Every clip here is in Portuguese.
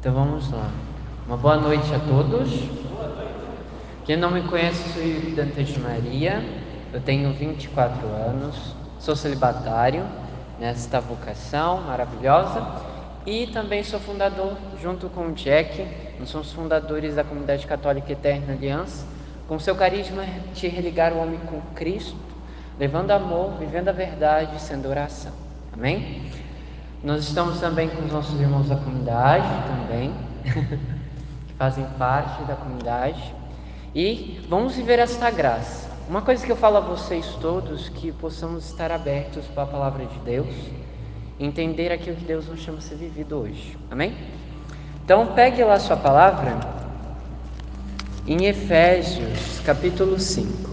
Então vamos lá. Uma boa noite a todos. Quem não me conhece, sou Dante de Maria. Eu tenho 24 anos, sou celibatário nesta vocação maravilhosa e também sou fundador, junto com o Jack, nós somos fundadores da Comunidade Católica Eterna Aliança, com seu carisma de religar o homem com Cristo, levando amor, vivendo a verdade, sendo oração. Amém? Nós estamos também com os nossos irmãos da comunidade também, que fazem parte da comunidade, e vamos viver esta graça. Uma coisa que eu falo a vocês todos, que possamos estar abertos para a palavra de Deus, entender aquilo que Deus nos chama a ser vivido hoje. Amém? Então pegue lá a sua palavra em Efésios capítulo 5.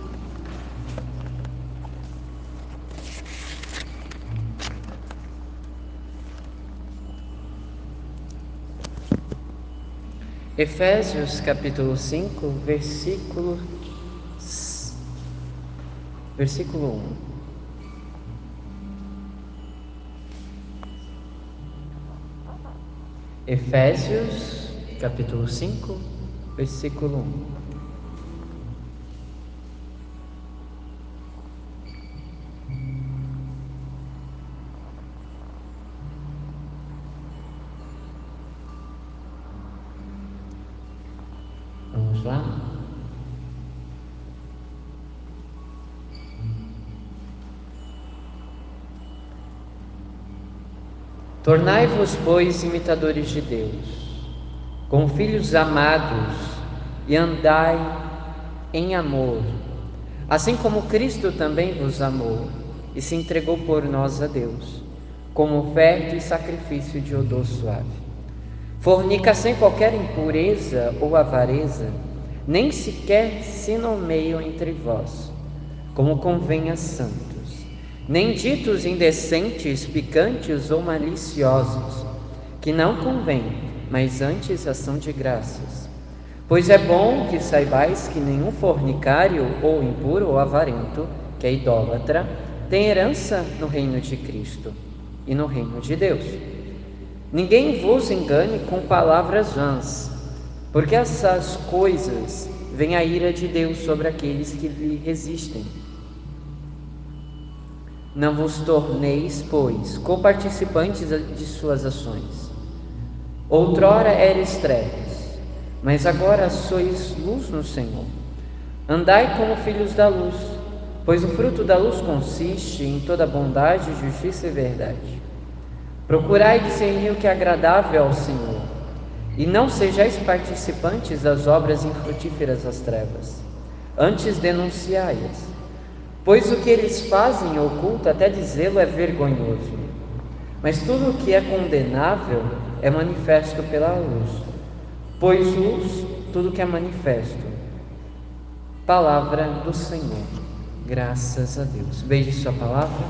Efésios capítulo 5, versículo 1. Efésios capítulo 5, versículo 1. Vamos lá? Tornai-vos, pois, imitadores de Deus, como filhos amados, e andai em amor, assim como Cristo também vos amou e se entregou por nós a Deus, como oferta e sacrifício de odor suave. Fornica sem qualquer impureza ou avareza, nem sequer se nomeiam entre vós, como convém a santos, nem ditos indecentes, picantes ou maliciosos, que não convém, mas antes ação de graças. Pois é bom que saibais que nenhum fornicário, ou impuro, ou avarento, que é idólatra, tem herança no reino de Cristo e no reino de Deus. Ninguém vos engane com palavras vãs, porque essas coisas vem a ira de Deus sobre aqueles que lhe resistem. Não vos torneis, pois, coparticipantes de suas ações. Outrora eres trevas, mas agora sois luz no Senhor. Andai como filhos da luz, pois o fruto da luz consiste em toda bondade, justiça e verdade. Procurai discernir o que é agradável ao Senhor, e não sejais participantes das obras infrutíferas das trevas, antes denunciai-as. Pois o que eles fazem oculto, até dizê-lo, é vergonhoso. Mas tudo o que é condenável é manifesto pela luz. Pois luz, tudo que é manifesto. Palavra do Senhor. Graças a Deus. Beije sua palavra.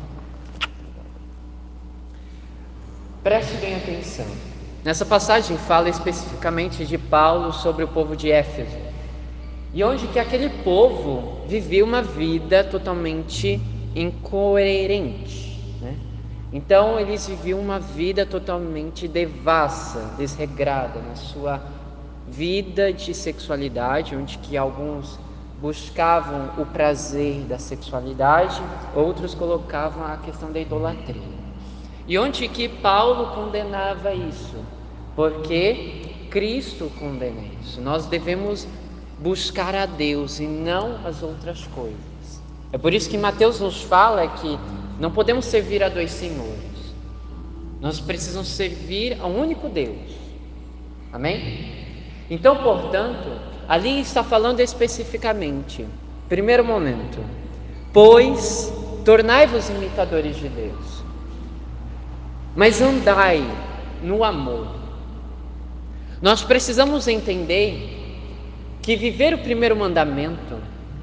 Preste bem atenção. Nessa passagem fala especificamente de Paulo sobre o povo de Éfeso, e onde que aquele povo vivia uma vida totalmente incoerente, né? Então eles viviam uma vida totalmente devassa, desregrada na sua vida de sexualidade, onde que alguns buscavam o prazer da sexualidade, outros colocavam a questão da idolatria. E onde que Paulo condenava isso? Porque Cristo condena isso. Nós devemos buscar a Deus e não as outras coisas. É por isso que Mateus nos fala que não podemos servir a dois senhores. Nós precisamos servir a um único Deus. Amém? Então, portanto, ali está falando especificamente, primeiro momento, pois tornai-vos imitadores de Deus, mas andai no amor. Nós precisamos entender que viver o primeiro mandamento,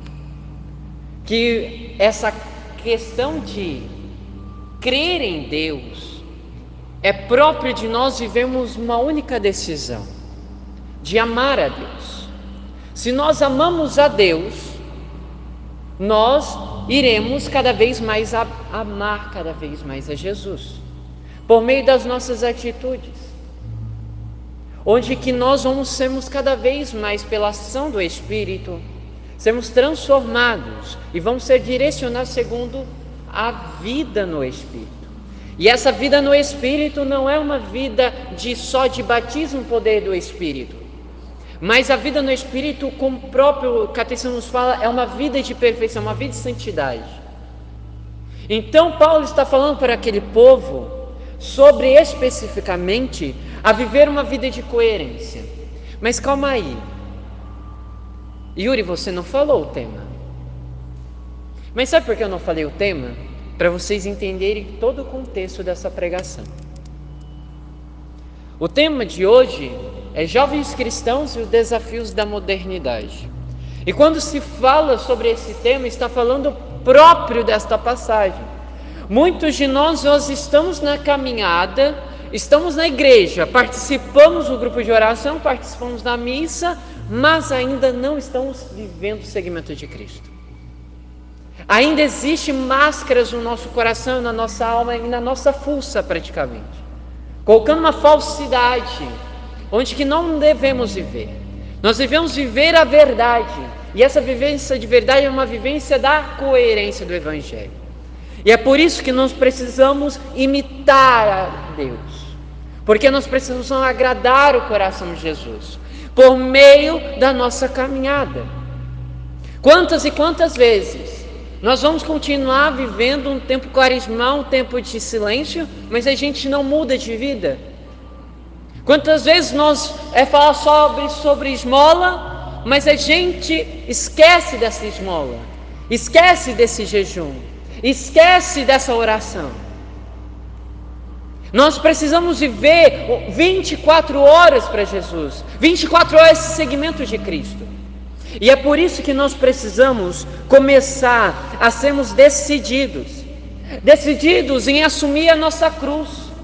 que essa questão de crer em Deus, é próprio de nós vivermos uma única decisão, de amar a Deus. Se nós amamos a Deus, nós iremos cada vez mais amar cada vez mais a Jesus, por meio das nossas atitudes. onde que nós vamos sermos cada vez mais, pela ação do Espírito, sermos transformados e vamos ser direcionados segundo a vida no Espírito. E essa vida no Espírito não é uma vida só de batismo, poder do Espírito, mas a vida no Espírito, como o próprio Catecismo nos fala, é uma vida de perfeição, uma vida de santidade. Então Paulo está falando para aquele povo sobre especificamente a viver uma vida de coerência. Mas calma aí, Yuri, você não falou o tema. Mas sabe por que eu não falei o tema? Para vocês entenderem todo o contexto dessa pregação. O tema de hoje é jovens cristãos e os desafios da modernidade. E quando se fala sobre esse tema, está falando próprio desta passagem. Muitos de nós estamos na caminhada, estamos na igreja, participamos do grupo de oração, participamos da missa, mas ainda não estamos vivendo o segmento de Cristo. Ainda existem máscaras no nosso coração, na nossa alma e na nossa fuça praticamente, colocando uma falsidade, onde que não devemos viver. Nós devemos viver a verdade, e essa vivência de verdade é uma vivência da coerência do Evangelho. E é por isso que nós precisamos imitar a Deus, porque nós precisamos agradar o coração de Jesus, por meio da nossa caminhada. Quantas e quantas vezes nós vamos continuar vivendo um tempo quaresmal, um tempo de silêncio, mas a gente não muda de vida? Quantas vezes nós falar sobre esmola, mas a gente esquece dessa esmola, esquece desse jejum, esquece dessa oração. Nós precisamos viver 24 horas para Jesus, 24 horas esse segmento de Cristo. E é por isso que nós precisamos começar a sermos decididos em assumir a nossa cruz.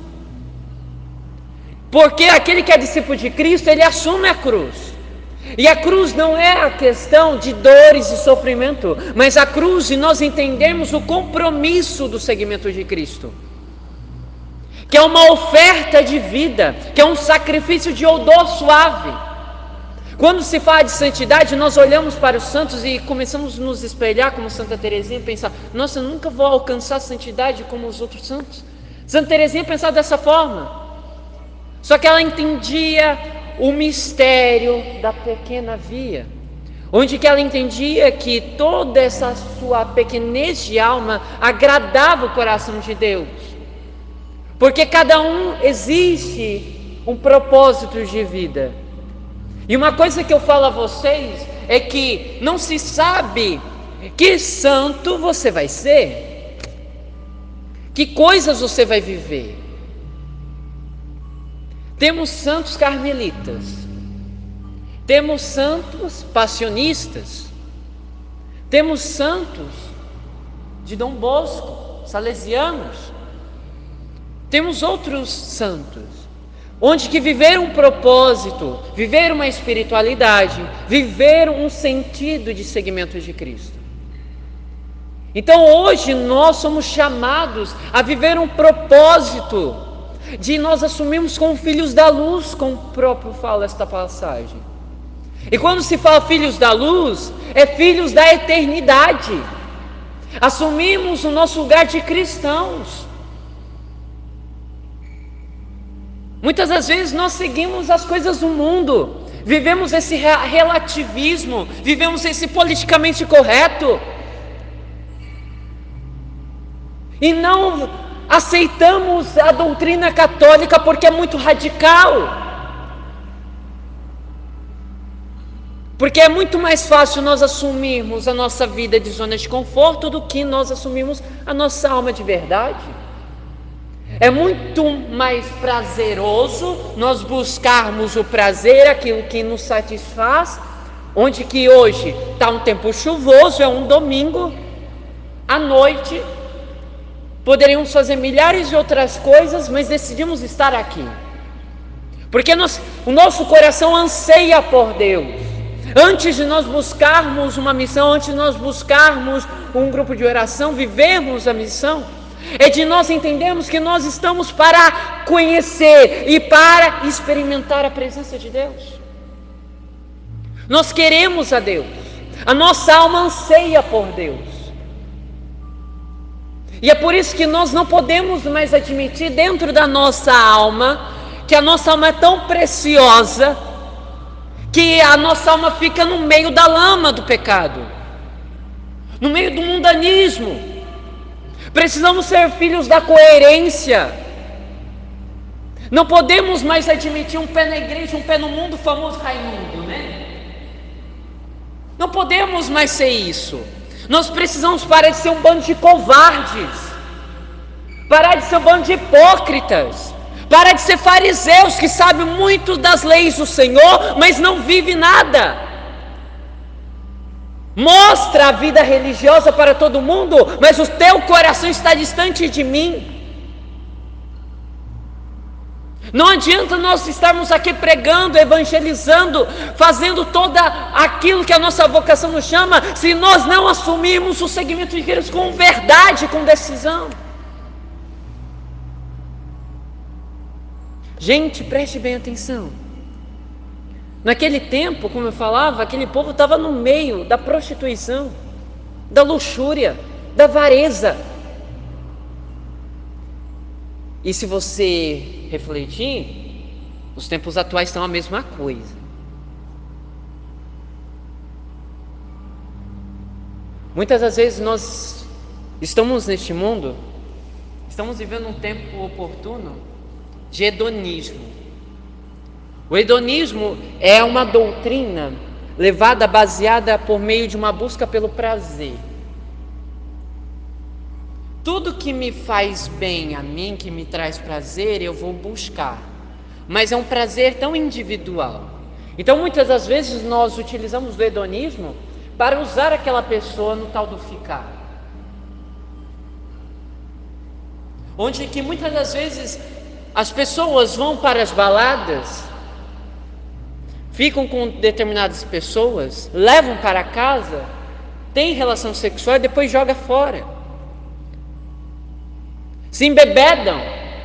Porque aquele que é discípulo de Cristo, ele assume a cruz. E a cruz não é a questão de dores e sofrimento, mas a cruz de nós entendermos o compromisso do segmento de Cristo, que é uma oferta de vida, que é um sacrifício de odor suave. Quando se fala de santidade, nós olhamos para os santos e começamos a nos espelhar como Santa Teresinha e pensar: nossa, eu nunca vou alcançar a santidade como os outros santos. Santa Teresinha pensava dessa forma, só que ela entendia o mistério da pequena via, onde que ela entendia que toda essa sua pequenez de alma agradava o coração de Deus, porque cada um existe um propósito de vida. E uma coisa que eu falo a vocês é que não se sabe que santo você vai ser, que coisas você vai viver. Temos santos carmelitas, temos santos passionistas, temos santos de Dom Bosco, salesianos, temos outros santos, onde que viver um propósito, viver uma espiritualidade, viver um sentido de seguimento de Cristo. Então hoje nós somos chamados a viver um propósito de nós assumirmos como filhos da luz, como o próprio fala esta passagem. E quando se fala filhos da luz, é filhos da eternidade. Assumimos o nosso lugar de cristãos. Muitas das vezes nós seguimos as coisas do mundo, vivemos esse relativismo, vivemos esse politicamente correto, e não aceitamos a doutrina católica porque é muito radical, porque é muito mais fácil nós assumirmos a nossa vida de zona de conforto do que nós assumirmos a nossa alma de verdade. É muito mais prazeroso nós buscarmos o prazer, aquilo que nos satisfaz, onde que hoje está um tempo chuvoso, é um domingo, à noite, poderíamos fazer milhares de outras coisas, mas decidimos estar aqui, porque o nosso coração anseia por Deus. Antes de nós buscarmos uma missão, antes de nós buscarmos um grupo de oração, vivemos a missão, É de nós entendermos que nós estamos para conhecer e para experimentar a presença de Deus. Nós queremos a Deus, a nossa alma anseia por Deus. E é por isso que nós não podemos mais admitir dentro da nossa alma, que a nossa alma é tão preciosa, que a nossa alma fica no meio da lama do pecado, no meio do mundanismo. Precisamos ser filhos da coerência. Não podemos mais admitir um pé na igreja, um pé no mundo, o famoso Raimundo, né? Não podemos mais ser isso. Nós precisamos parar de ser um bando de covardes, parar de ser um bando de hipócritas, parar de ser fariseus que sabem muito das leis do Senhor, mas não vive nada. Mostra a vida religiosa para todo mundo, mas o teu coração está distante de mim. Não adianta nós estarmos aqui pregando, evangelizando, fazendo toda aquilo que a nossa vocação nos chama, se nós não assumirmos o segmento de Cristo com verdade, com decisão. Gente, preste bem atenção. Naquele tempo, como eu falava, aquele povo estava no meio da prostituição, da luxúria, da avareza. E se você refletir, os tempos atuais estão a mesma coisa. Muitas das vezes nós estamos neste mundo, estamos vivendo um tempo oportuno de hedonismo. O hedonismo é uma doutrina levada, baseada por meio de uma busca pelo prazer. Tudo que me faz bem a mim, que me traz prazer, eu vou buscar. Mas é um prazer tão individual. Então muitas das vezes nós utilizamos do hedonismo para usar aquela pessoa no tal do ficar. Onde que muitas das vezes as pessoas vão para as baladas, ficam com determinadas pessoas, levam para casa, têm relação sexual e depois joga fora. Se embebedam.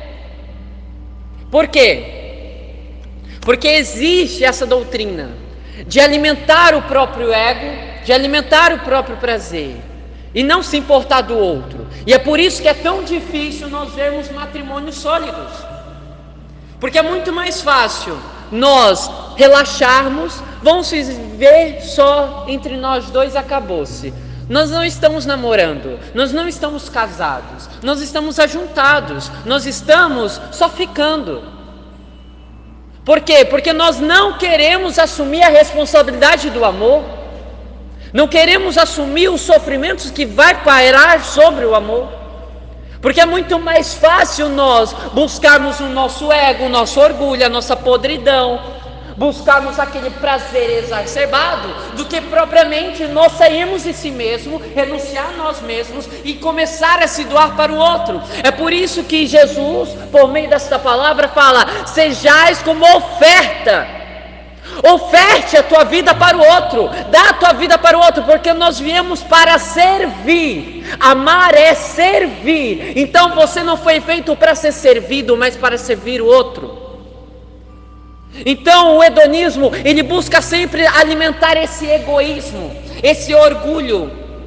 Por quê? Porque existe essa doutrina de alimentar o próprio ego, de alimentar o próprio prazer e não se importar do outro. E é por isso que é tão difícil nós vermos matrimônios sólidos, porque é muito mais fácil nós relaxarmos, vamos viver só entre nós dois, acabou-se. Nós não estamos namorando, nós não estamos casados, nós estamos ajuntados, nós estamos só ficando. Por quê? Porque nós não queremos assumir a responsabilidade do amor, não queremos assumir os sofrimentos que vai pairar sobre o amor, porque é muito mais fácil nós buscarmos o nosso ego, o nosso orgulho, a nossa podridão, buscarmos aquele prazer exacerbado, do que propriamente nós sairmos de si mesmo, renunciar a nós mesmos e começar a se doar para o outro. É por isso que Jesus, por meio desta palavra, fala: sejais como oferta. Oferte a tua vida para o outro, dá a tua vida para o outro, porque nós viemos para servir. Amar é servir. Então você não foi feito para ser servido, mas para servir o outro. Então o hedonismo, ele busca sempre alimentar esse egoísmo, esse orgulho,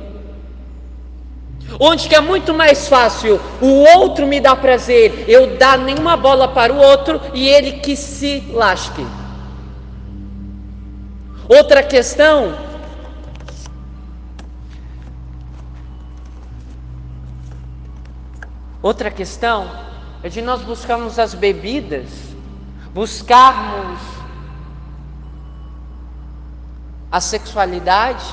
onde que é muito mais fácil o outro me dar prazer, eu dar nenhuma bola para o outro e ele que se lasque. Outra questão é de nós buscarmos as bebidas, buscarmos a sexualidade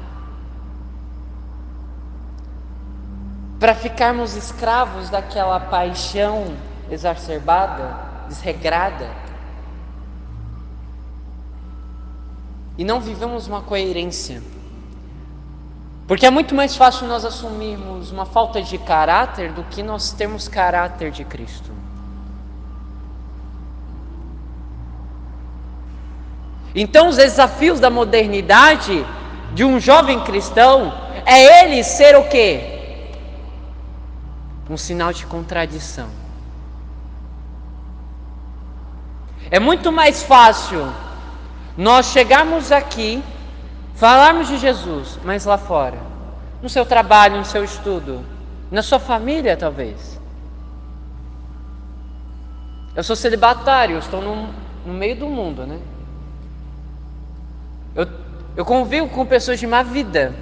para ficarmos escravos daquela paixão exacerbada, desregrada, e não vivemos uma coerência, porque é muito mais fácil nós assumirmos uma falta de caráter do que nós termos caráter de Cristo. Então os desafios da modernidade de um jovem cristão é ele ser o quê? um sinal de contradição. É muito mais fácil nós chegarmos aqui, falarmos de Jesus, mas lá fora, no seu trabalho, no seu estudo, na sua família talvez. Eu sou celibatário, eu estou no meio do mundo, né? Eu convivo com pessoas de má vida,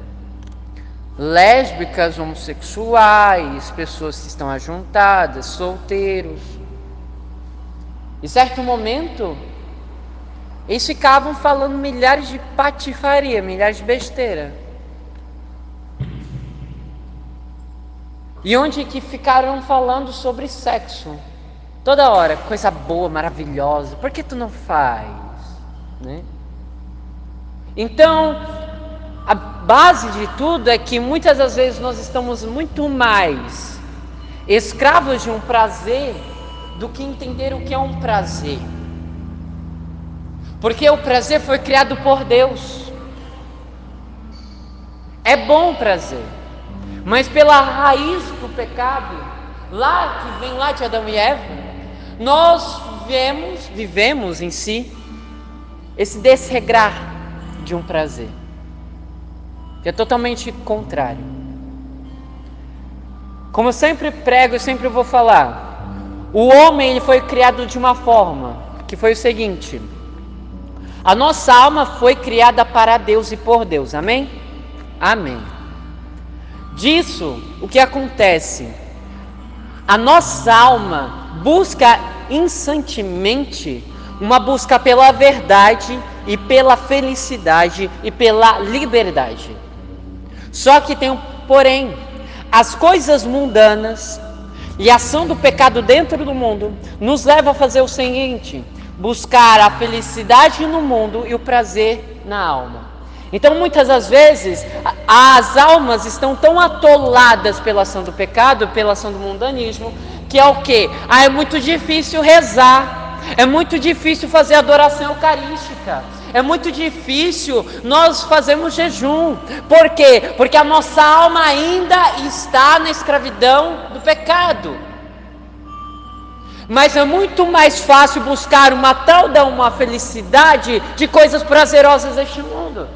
lésbicas, homossexuais, pessoas que estão ajuntadas, solteiros. Em certo momento, eles ficavam falando milhares de patifaria, milhares de besteira. E onde que ficaram falando sobre sexo? Toda hora, coisa boa, maravilhosa. Por que tu não faz? Né? Então, a base de tudo é que muitas das vezes nós estamos muito mais escravos de um prazer do que entender o que é um prazer. Porque o prazer foi criado por Deus. É bom o prazer, mas pela raiz do pecado, lá que vem lá de Adão e Eva, nós vivemos em si esse desregrar de um prazer, que é totalmente contrário. Como eu sempre prego, eu sempre vou falar, o homem ele foi criado de uma forma, que foi o seguinte: a nossa alma foi criada para Deus e por Deus, amém? Amém. Disso, o que acontece? A nossa alma busca incessantemente uma busca pela verdade e pela felicidade e pela liberdade. Só que tem um porém, as coisas mundanas e a ação do pecado dentro do mundo nos leva a fazer o seguinte: buscar a felicidade no mundo e o prazer na alma. Então muitas das vezes as almas estão tão atoladas pela ação do pecado, pela ação do mundanismo, que é o quê? É muito difícil rezar, é muito difícil fazer adoração eucarística, é muito difícil nós fazermos jejum. Por quê? Porque a nossa alma ainda está na escravidão do pecado. Mas é muito mais fácil buscar uma felicidade de coisas prazerosas deste mundo.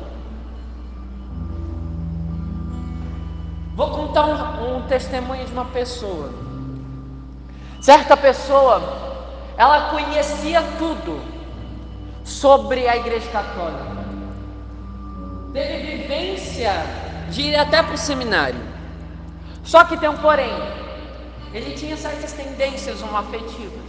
Vou contar um testemunho de uma pessoa. Certa pessoa, ela conhecia tudo sobre a Igreja Católica. Teve vivência de ir até para o seminário. Só que tem um porém. Ele tinha certas tendências homoafetivas.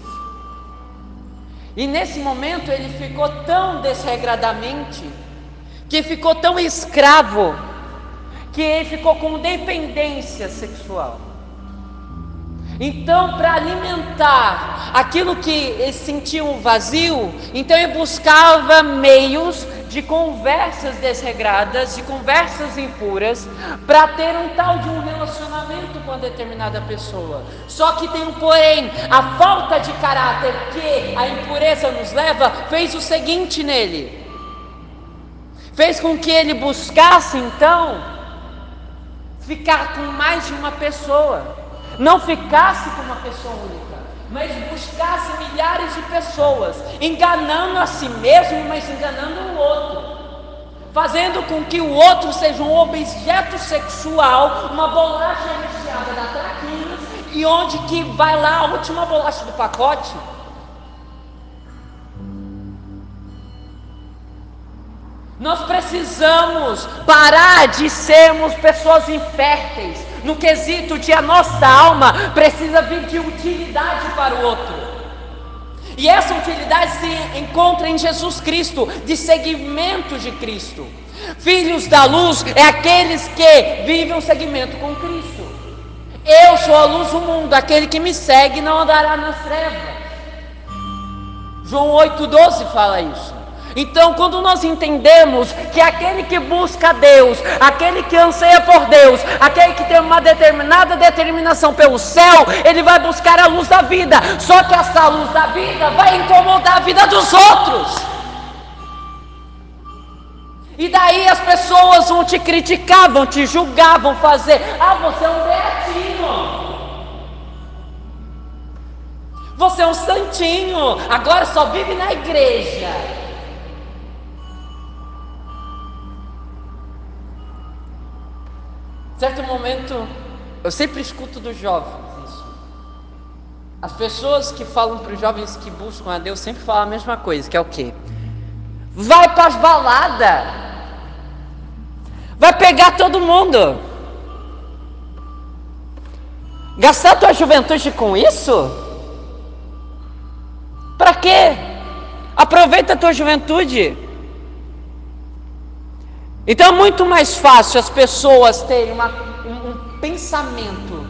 E nesse momento ele ficou tão desregradamente, que ficou tão escravo, que ele ficou com dependência sexual. Então, para alimentar aquilo que ele sentia um vazio, então ele buscava meios de conversas desregradas, de conversas impuras, para ter um tal de um relacionamento com a determinada pessoa. Só que tem um porém, a falta de caráter que a impureza nos leva, fez o seguinte nele: fez com que ele buscasse então ficar com mais de uma pessoa. Não ficasse com uma pessoa única, mas buscasse milhares de pessoas, enganando a si mesmo, mas enganando o outro, fazendo com que o outro seja um objeto sexual, uma bolacha recheada da traquinas, e onde que vai lá a última bolacha do pacote? Nós precisamos parar de sermos pessoas inférteis, no quesito de a nossa alma precisa vir de utilidade para o outro. E essa utilidade se encontra em Jesus Cristo, de seguimento de Cristo. Filhos da luz é aqueles que vivem um segmento com Cristo. Eu sou a luz do mundo, aquele que me segue não andará nas trevas. João 8,12 fala isso. Então, quando nós entendemos que aquele que busca Deus, aquele que anseia por Deus, aquele que tem uma determinada determinação pelo céu, ele vai buscar a luz da vida. Só que essa luz da vida vai incomodar a vida dos outros. E daí as pessoas vão te criticar, vão te julgar, vão fazer: ah, você é um beatinho, Você é um santinho, agora só vive na igreja. Certo momento, eu sempre escuto dos jovens isso. As pessoas que falam para os jovens que buscam a Deus sempre falam a mesma coisa, que é o quê? Vai para as baladas, vai pegar todo mundo, gastar tua juventude com isso? Para quê? Aproveita a tua juventude. Então é muito mais fácil as pessoas terem um pensamento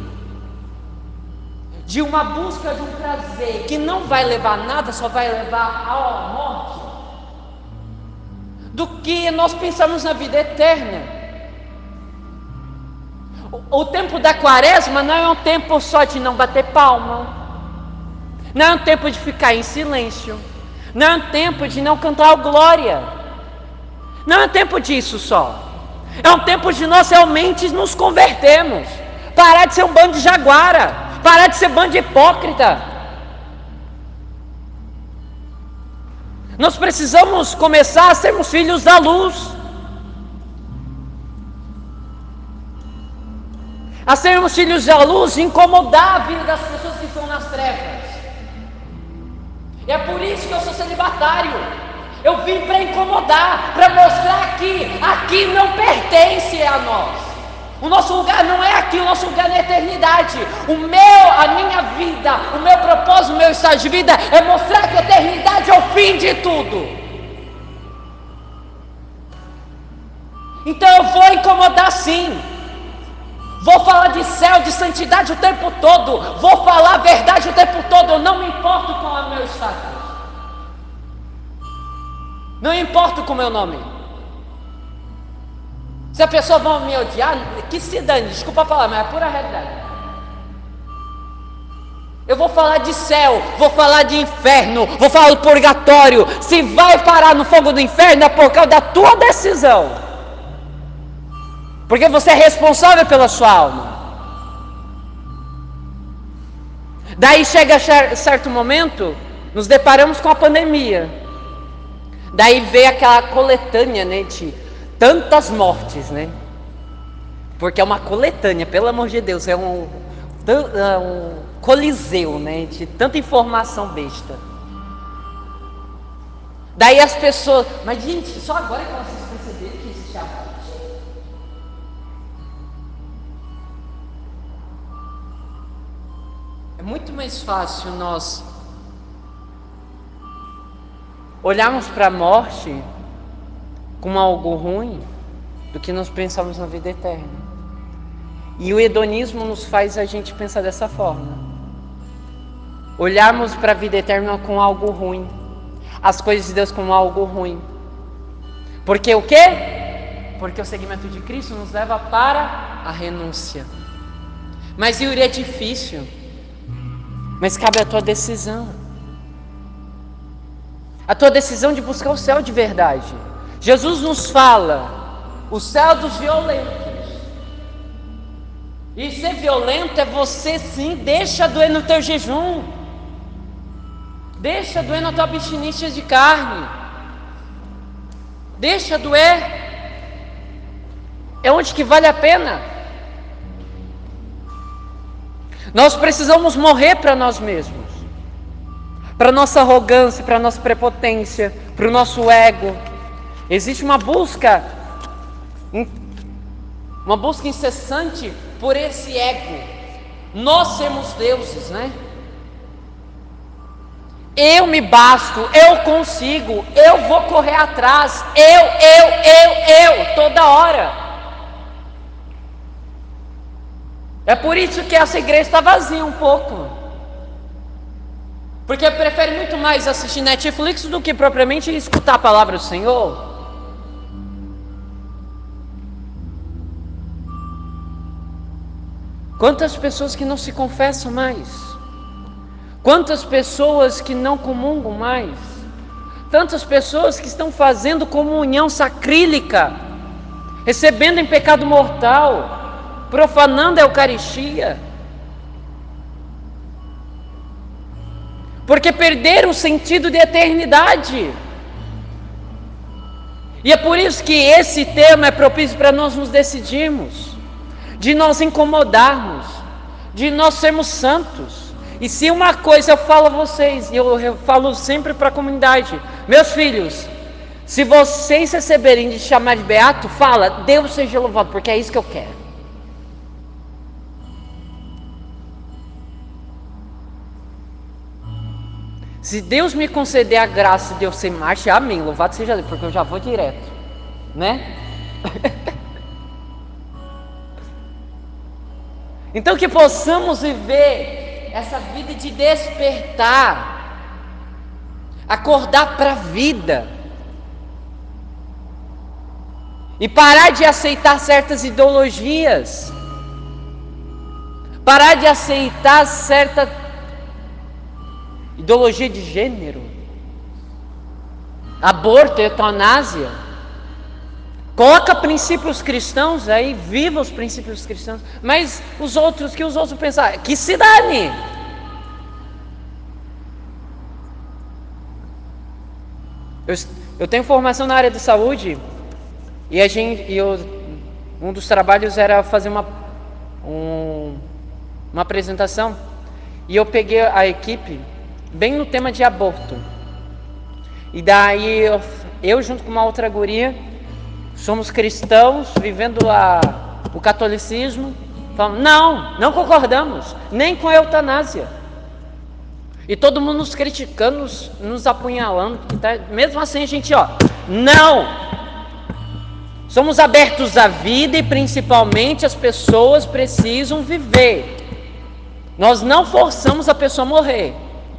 de uma busca de um prazer que não vai levar a nada, só vai levar à morte, do que nós pensamos na vida eterna. O tempo da quaresma não é um tempo só de não bater palma, não é um tempo de ficar em silêncio, não é um tempo de não cantar glória, não é um tempo disso só. É um tempo de nós realmente nos convertermos, parar de ser um bando de jaguara, parar de ser bando de hipócrita. Nós precisamos começar a sermos filhos da luz, a sermos filhos da luz e incomodar a vida das pessoas que estão nas trevas. E é por isso que eu sou celibatário. Eu vim para incomodar, para mostrar que aqui não pertence a nós. O nosso lugar não é aqui, o nosso lugar é na eternidade. A minha vida, o meu propósito, o meu estado de vida é mostrar que a eternidade é o fim de tudo. Então eu vou incomodar sim. Vou falar de céu, de santidade o tempo todo. Vou falar a verdade o tempo todo. Eu não me importo com o meu status. Não importo com o meu nome. Se a pessoa vai me odiar, que se dane, desculpa falar, mas é pura realidade. Eu vou falar de céu, vou falar de inferno, vou falar do purgatório. Se vai parar no fogo do inferno é por causa da tua decisão, porque você é responsável pela sua alma. Daí chega certo momento, nos deparamos com a pandemia. Daí veio aquela coletânea, né, de tantas mortes, né? Porque é uma coletânea, pelo amor de Deus, é um coliseu, né, de tanta informação besta. Daí as pessoas, mas gente, só agora que vocês perceberam que existe a morte? É muito mais fácil nós olharmos para a morte como algo ruim do que nós pensamos na vida eterna. E o hedonismo nos faz a gente pensar dessa forma. Olharmos para a vida eterna como algo ruim, as coisas de Deus como algo ruim. Porque o quê? Porque o seguimento de Cristo nos leva para a renúncia. Mas Yuri, é difícil. Mas cabe a tua decisão. A tua decisão de buscar o céu de verdade. Jesus nos fala, o céu dos violentos. E ser violento é você sim, deixa doer no teu jejum. Deixa doer na tua abstinência de carne. Deixa doer. É onde que vale a pena. Nós precisamos morrer para nós mesmos. Para nossa arrogância, para nossa prepotência, para o nosso ego. Existe uma busca incessante por esse ego. Nós somos deuses, né? Eu me basto, eu consigo, eu vou correr atrás, eu, toda hora. É por isso que essa igreja está vazia um pouco. Porque prefere muito mais assistir Netflix do que propriamente escutar a palavra do Senhor. Quantas pessoas que não se confessam mais, quantas pessoas que não comungam mais, tantas pessoas que estão fazendo comunhão sacrílica, recebendo em pecado mortal, profanando a Eucaristia. porque perderam o sentido de eternidade. E é por isso que esse tema é propício para nós nos decidirmos, de nós incomodarmos, de nós sermos santos. E se uma coisa eu falo a vocês, e eu falo sempre para a comunidade: meus filhos, se vocês receberem de chamar de beato, fala, Deus seja louvado, porque é isso que eu quero. Se Deus me conceder a graça de eu ser mártir, amém, louvado seja Deus, porque eu já vou direto, né? Então que possamos viver essa vida de despertar, acordar para a vida, e parar de aceitar certas ideologias, parar de aceitar certa ideologia de gênero, aborto, eutanásia. Coloca princípios cristãos aí, viva os princípios cristãos, mas os outros, que os outros pensar, que se dane. Eu tenho formação na área de saúde, e um dos trabalhos era fazer uma apresentação, e eu peguei a equipe bem no tema de aborto. E daí eu junto com uma outra guria, somos cristãos, vivendo o catolicismo, falamos, não concordamos, nem com a eutanásia. E todo mundo nos criticando, nos apunhalando, mesmo assim a gente, não! Somos abertos à vida e principalmente as pessoas precisam viver. Nós não forçamos a pessoa a morrer.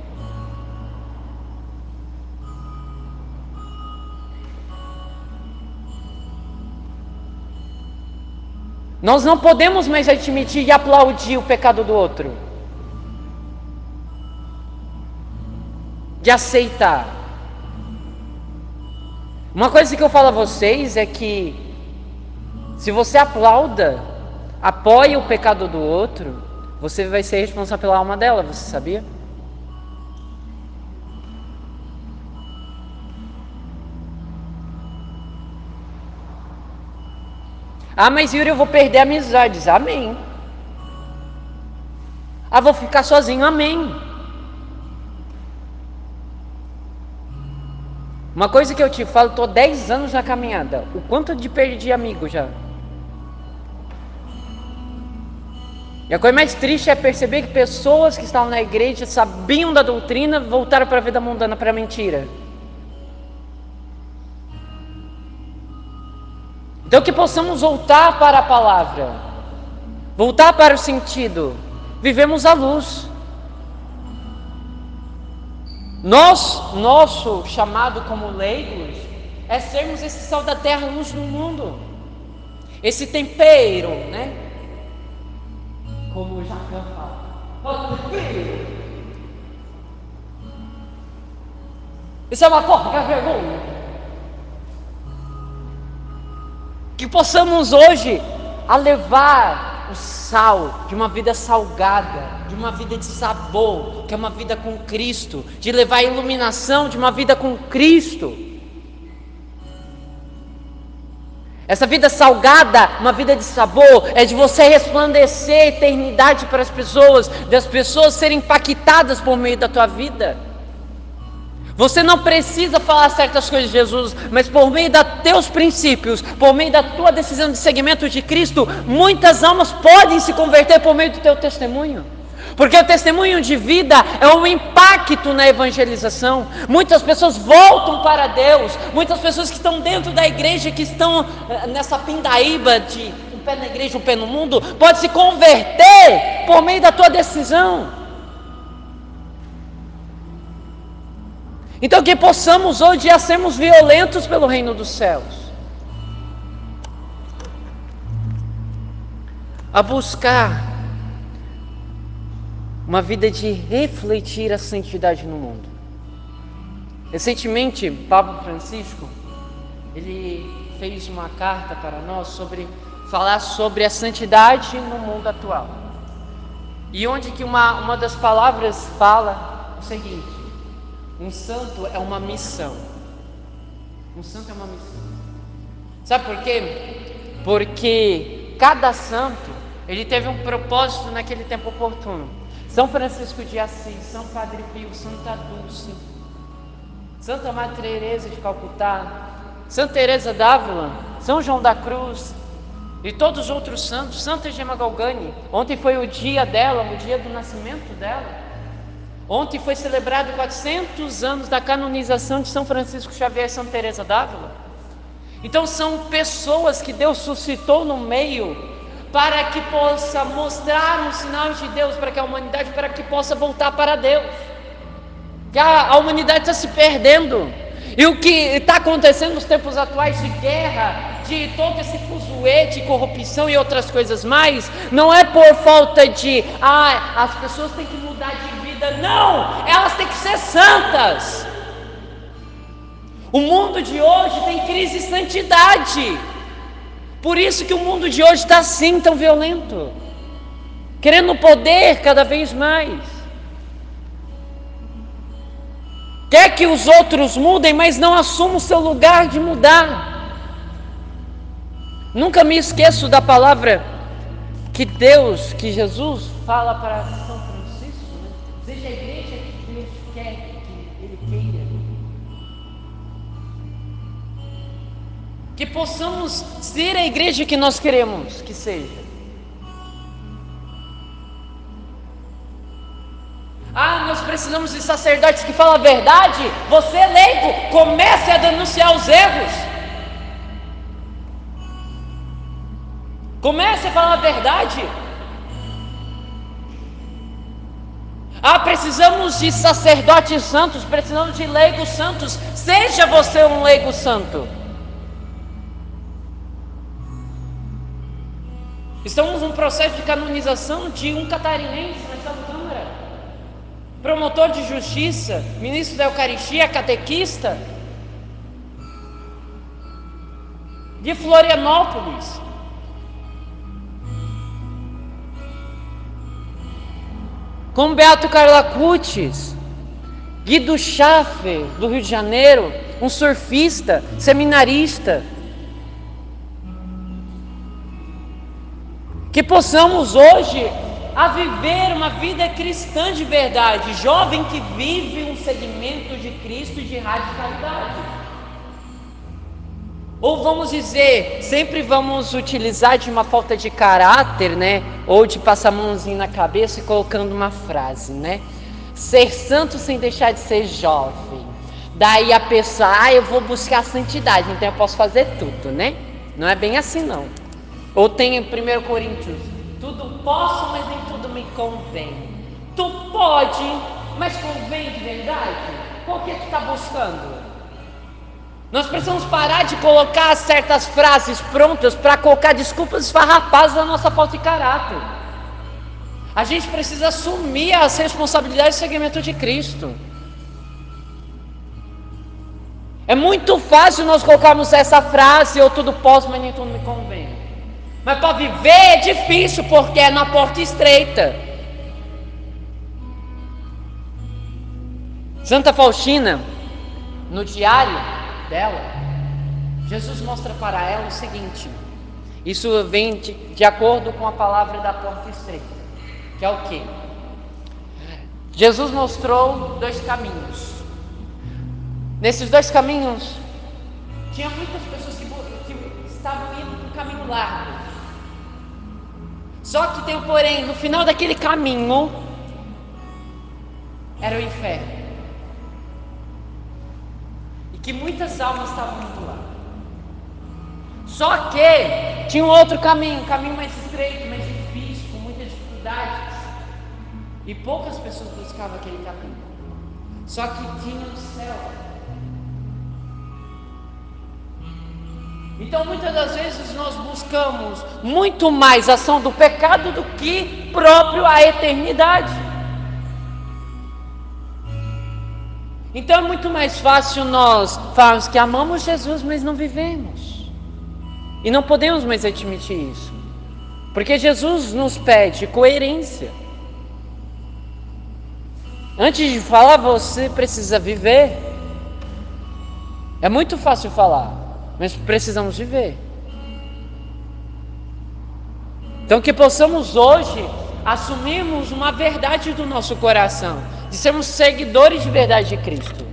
Nós não podemos mais admitir e aplaudir o pecado do outro, de aceitar. Uma coisa que eu falo a vocês é que se você apoia o pecado do outro, você vai ser responsável pela alma dela, você sabia? Ah, mas Yuri, eu vou perder amizades. Amém. Ah, vou ficar sozinho. Amém. Uma coisa que eu te falo, estou 10 anos na caminhada. O quanto de perdi amigo já. E a coisa mais triste é perceber que pessoas que estavam na igreja, sabiam da doutrina, voltaram para a vida mundana, para a mentira. Então que possamos voltar para a palavra, voltar para o sentido, vivemos a luz. Nosso chamado como leigos é sermos esse sal da terra, luz no mundo, esse tempero, né? Como o Jacan fala, tempero. Isso é uma porca vergonha. Que possamos hoje levar o sal de uma vida salgada, de uma vida de sabor, que é uma vida com Cristo, de levar a iluminação de uma vida com Cristo. Essa vida salgada, uma vida de sabor, é de você resplandecer a eternidade para as pessoas, das pessoas serem impactadas por meio da tua vida. Você não precisa falar certas coisas de Jesus, mas por meio dos teus princípios, por meio da tua decisão de seguimento de Cristo, muitas almas podem se converter por meio do teu testemunho. Porque o testemunho de vida é um impacto na evangelização. Muitas pessoas voltam para Deus, muitas pessoas que estão dentro da igreja, que estão nessa pindaíba de um pé na igreja, um pé no mundo, pode se converter por meio da tua decisão. Então que possamos hoje a sermos violentos pelo reino dos céus, a buscar uma vida de refletir a santidade no mundo. Recentemente, Papa Francisco, ele fez uma carta para nós falar sobre a santidade no mundo atual. E onde que uma das palavras fala o seguinte: um santo é uma missão. Um santo é uma missão. Sabe por quê? Porque cada santo, ele teve um propósito naquele tempo oportuno. São Francisco de Assis, São Padre Pio, Santa Dulce, Santa Madre Teresa de Calcutá, Santa Teresa d'Ávila, São João da Cruz e todos os outros santos. Santa Gemma Galgani, ontem foi o dia dela, o dia do nascimento dela. Ontem foi celebrado 400 anos da canonização de São Francisco Xavier e Santa Teresa d'Ávila. Então são pessoas que Deus suscitou no meio para que possa mostrar um sinal de Deus para que a humanidade, para que possa voltar para Deus. Que a humanidade está se perdendo. E o que está acontecendo nos tempos atuais de guerra, de todo esse fuzuê, de corrupção e outras coisas mais, não é por falta de as pessoas têm que mudar de vida. Não, elas têm que ser santas. O mundo de hoje tem crise de santidade. Por isso que o mundo de hoje está assim tão violento, querendo poder cada vez mais. Quer que os outros mudem, mas não assumam o seu lugar de mudar. Nunca me esqueço da palavra que Jesus fala para São Francisco, né? Seja a igreja que Deus quer que Ele queira. Que possamos ser a igreja que nós queremos que seja. Nós precisamos de sacerdotes que falam a verdade. Você, leigo, comece a denunciar os erros. Comece a falar a verdade. Precisamos de sacerdotes santos, precisamos de leigos santos. Seja você um leigo santo. Estamos num processo de canonização de um catarinense nessa Câmara, promotor de justiça, ministro da Eucaristia, catequista, de Florianópolis. Com Beato Carla Cutis, Guido Schaffer, do Rio de Janeiro, um surfista, seminarista. Que possamos hoje a viver uma vida cristã de verdade, jovem que vive um segmento de Cristo e de radicalidade. Ou vamos dizer, sempre vamos utilizar de uma falta de caráter, né? Ou de passar a mãozinha na cabeça e colocando uma frase, né? Ser santo sem deixar de ser jovem. Daí a pessoa, eu vou buscar a santidade, então eu posso fazer tudo, né? Não é bem assim não. Ou tem em 1 Coríntios, tudo posso, mas nem tudo me convém. Tu pode, mas convém de verdade? Qual que tu está buscando? Nós precisamos parar de colocar certas frases prontas para colocar desculpas esfarrapadas da nossa falta de caráter. A gente precisa assumir as responsabilidades do segmento de Cristo. É muito fácil nós colocarmos essa frase, eu tudo posso, mas nem tudo me convém. Mas para viver é difícil, porque é na porta estreita. Santa Faustina, no diário dela, Jesus mostra para ela o seguinte. Isso vem de acordo com a palavra da porta estreita, que é o quê? Jesus mostrou 2 caminhos. Nesses 2 caminhos, tinha muitas pessoas que estavam indo para o caminho largo. Só que tem um porém, no final daquele caminho era o inferno. E que muitas almas estavam indo lá. Só que tinha um outro caminho, um caminho mais estreito, mais difícil, com muitas dificuldades. E poucas pessoas buscavam aquele caminho. Só que tinha o céu. Então muitas das vezes nós buscamos muito mais a ação do pecado do que próprio a eternidade. Então é muito mais fácil nós falarmos que amamos Jesus, mas não vivemos. E não podemos mais admitir isso, porque Jesus nos pede coerência. Antes de falar, você precisa viver. É muito fácil falar, mas precisamos viver. Então que possamos hoje assumirmos uma verdade do nosso coração, de sermos seguidores de verdade de Cristo,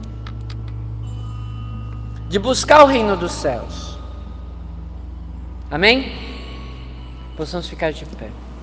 de buscar o reino dos céus. Amém? Possamos ficar de pé.